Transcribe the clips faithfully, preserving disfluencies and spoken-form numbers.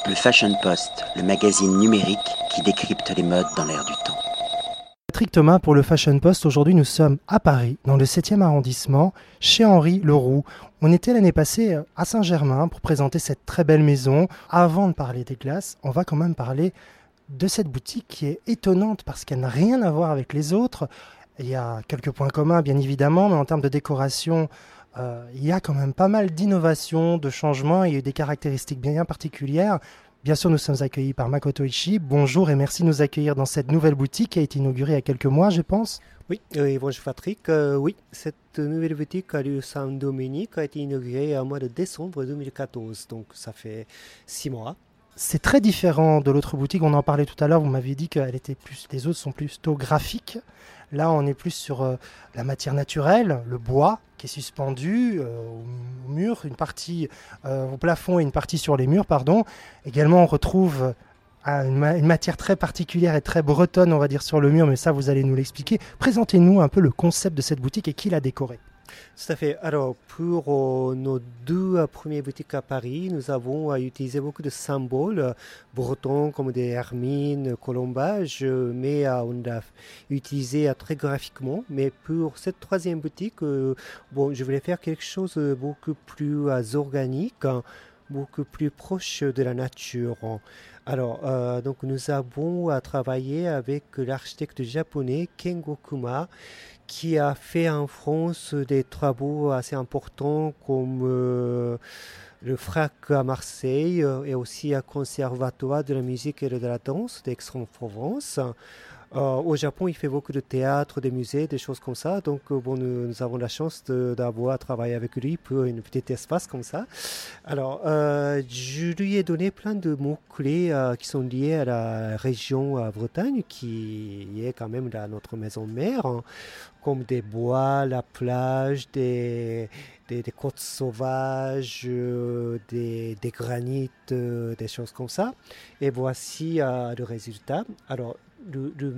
Le Fashion Post, le magazine numérique qui décrypte les modes dans l'air du temps. Patrick Thomas pour le Fashion Post. Aujourd'hui, nous sommes à Paris, dans le septième arrondissement, chez Henri Leroux. On était l'année passée à Saint-Germain pour présenter cette très belle maison. Avant de parler des glaces, on va quand même parler de cette boutique qui est étonnante parce qu'elle n'a rien à voir avec les autres. Il y a quelques points communs, bien évidemment, mais en termes de décoration, euh, il y a quand même pas mal d'innovations, de changements. Il y a des caractéristiques bien particulières. Bien sûr, nous sommes accueillis par Makoto Ishii. Bonjour et merci de nous accueillir dans cette nouvelle boutique qui a été inaugurée il y a quelques mois, je pense. Oui, euh, bonjour Patrick. Euh, oui, cette nouvelle boutique à rue Saint-Dominique a été inaugurée au mois de décembre deux mille quatorze, donc ça fait six mois. C'est très différent de l'autre boutique, on en parlait tout à l'heure, vous m'aviez dit que elle était plus, les autres sont plutôt graphiques. Là, on est plus sur euh, la matière naturelle, le bois qui est suspendu euh, au mur, une partie euh, au plafond et une partie sur les murs, pardon. Également, on retrouve euh, une, ma- une matière très particulière et très bretonne, on va dire, sur le mur, mais ça, vous allez nous l'expliquer. Présentez-nous un peu le concept de cette boutique et qui l'a décorée. Tout à fait. Alors, pour euh, nos deux euh, premières boutiques à Paris, nous avons euh, utilisé beaucoup de symboles euh, bretons comme des hermines, colombages, euh, mais euh, on l'a utilisé euh, très graphiquement. Mais pour cette troisième boutique, euh, bon, je voulais faire quelque chose de beaucoup plus euh, organique, hein, beaucoup plus proche de la nature. Alors, euh, donc nous avons euh, travaillé avec l'architecte japonais Kengo Kuma, qui a fait en France des travaux assez importants comme euh, le Frac à Marseille euh, et aussi un conservatoire de la musique et de la danse d'Aix-en-Provence. Euh, au Japon, il fait beaucoup de théâtre, des musées, des choses comme ça. Donc, euh, bon, nous, nous avons la chance de- d'avoir travaillé avec lui pour un petit espace comme ça. Alors, euh, je lui ai donné plein de mots-clés euh, qui sont liés à la région euh, Bretagne, qui est quand même la- notre maison mère, hein, comme des bois, la plage, des, des, des côtes sauvages, euh, des, des granites, euh, des choses comme ça. Et voici euh, le résultat. Alors, le, le-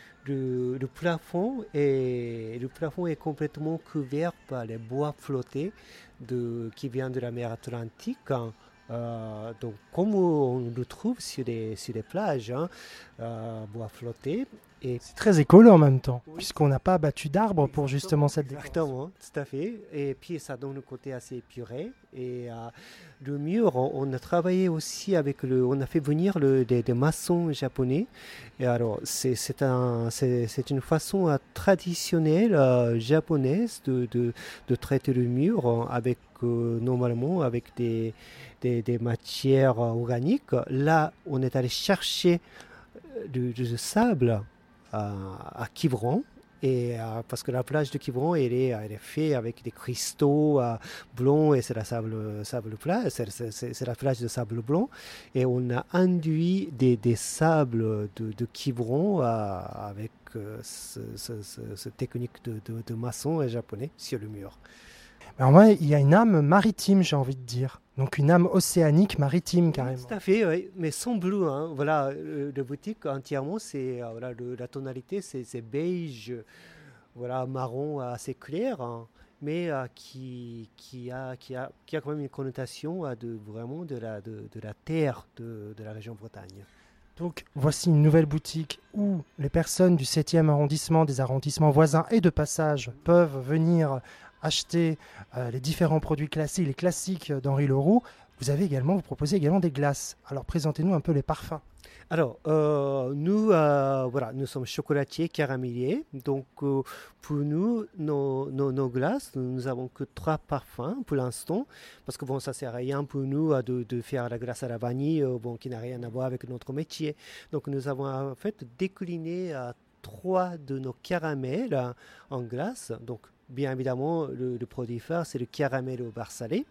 le- le plafond est, le plafond est complètement couvert par les bois flottés de, qui viennent de la mer Atlantique, hein. Euh, donc, comme on le trouve sur les, sur les plages, hein, euh, bois flotté. Et C'est très écolo en même temps, Oui. puisqu'on n'a pas abattu d'arbres pour justement cette décoration. Exactement, tout à fait. Et puis ça donne un côté assez épuré. Et euh, le mur, on, on a travaillé aussi avec le, on a fait venir le, des, des maçons japonais. Et alors c'est c'est un, c'est, c'est une façon euh, traditionnelle euh, japonaise de, de, de traiter le mur euh, avec euh, normalement avec des, des, des matières euh, organiques. Là, on est allé chercher euh, du, du sable à, à Quiberon. Et, euh, parce que la plage de Quiberon, elle est, elle est faite avec des cristaux euh, blonds et c'est la, sable, sable pla- c'est, c'est- c'est- c'est la plage de sable blanc. Et on a induit des, des sables de, de Quiberon euh, avec euh, ce, ce- ce- ce technique de, de, de maçon japonais sur le mur. Mais en vrai, il y a une âme maritime, j'ai envie de dire. Donc une âme océanique maritime carrément. Tout à fait, oui, mais sans bleu, hein. Voilà, euh, le boutique entièrement, c'est euh, voilà, le- la tonalité, c'est c'est beige, voilà, marron assez clair, hein, mais euh, qui, qui, a, qui, a, qui a quand même une connotation euh, de, vraiment de la, de, de la terre de, de la région Bretagne. Donc voici une nouvelle boutique où les personnes du septième arrondissement, des arrondissements voisins et de passage peuvent venir acheter euh, les différents produits classiques, les classiques d'Henri Leroux. Vous avez également, vous proposez également des glaces. Alors présentez-nous un peu les parfums. Alors, euh, nous, euh, voilà, nous sommes chocolatiers, caraméliers. Donc, euh, pour nous, nos, nos, nos glaces, nous n'avons que trois parfums pour l'instant. Parce que bon, ça ne sert à rien pour nous euh, de, de faire la glace à la vanille, euh, bon, qui n'a rien à voir avec notre métier. Donc, nous avons en fait décliné euh, trois de nos caramels euh, en glace. Donc, bien évidemment, le, le produit phare, c'est le caramel au beurre salé.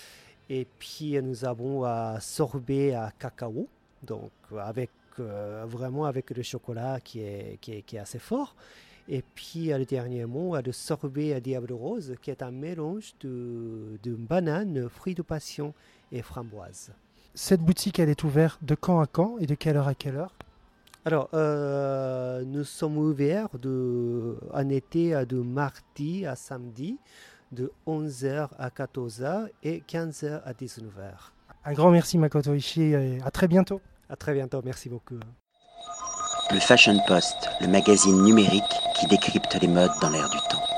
Et puis, nous avons un sorbet à cacao. Donc, avec, euh, vraiment avec le chocolat qui est, qui est, qui est assez fort. Et puis, euh, le dernier mot, euh, le sorbet à diable rose, qui est un mélange de, de banane, fruits de passion et framboise. Cette boutique, elle est ouverte de quand à quand et de quelle heure à quelle heure? Alors, euh, nous sommes ouverts de, en été euh, de mardi à samedi, de onze heures à quatorze heures et quinze heures à dix-neuf heures. Un grand merci Makoto Ishii et à très bientôt. À très bientôt, merci beaucoup. Le Fashion Post, le magazine numérique qui décrypte les modes dans l'air du temps.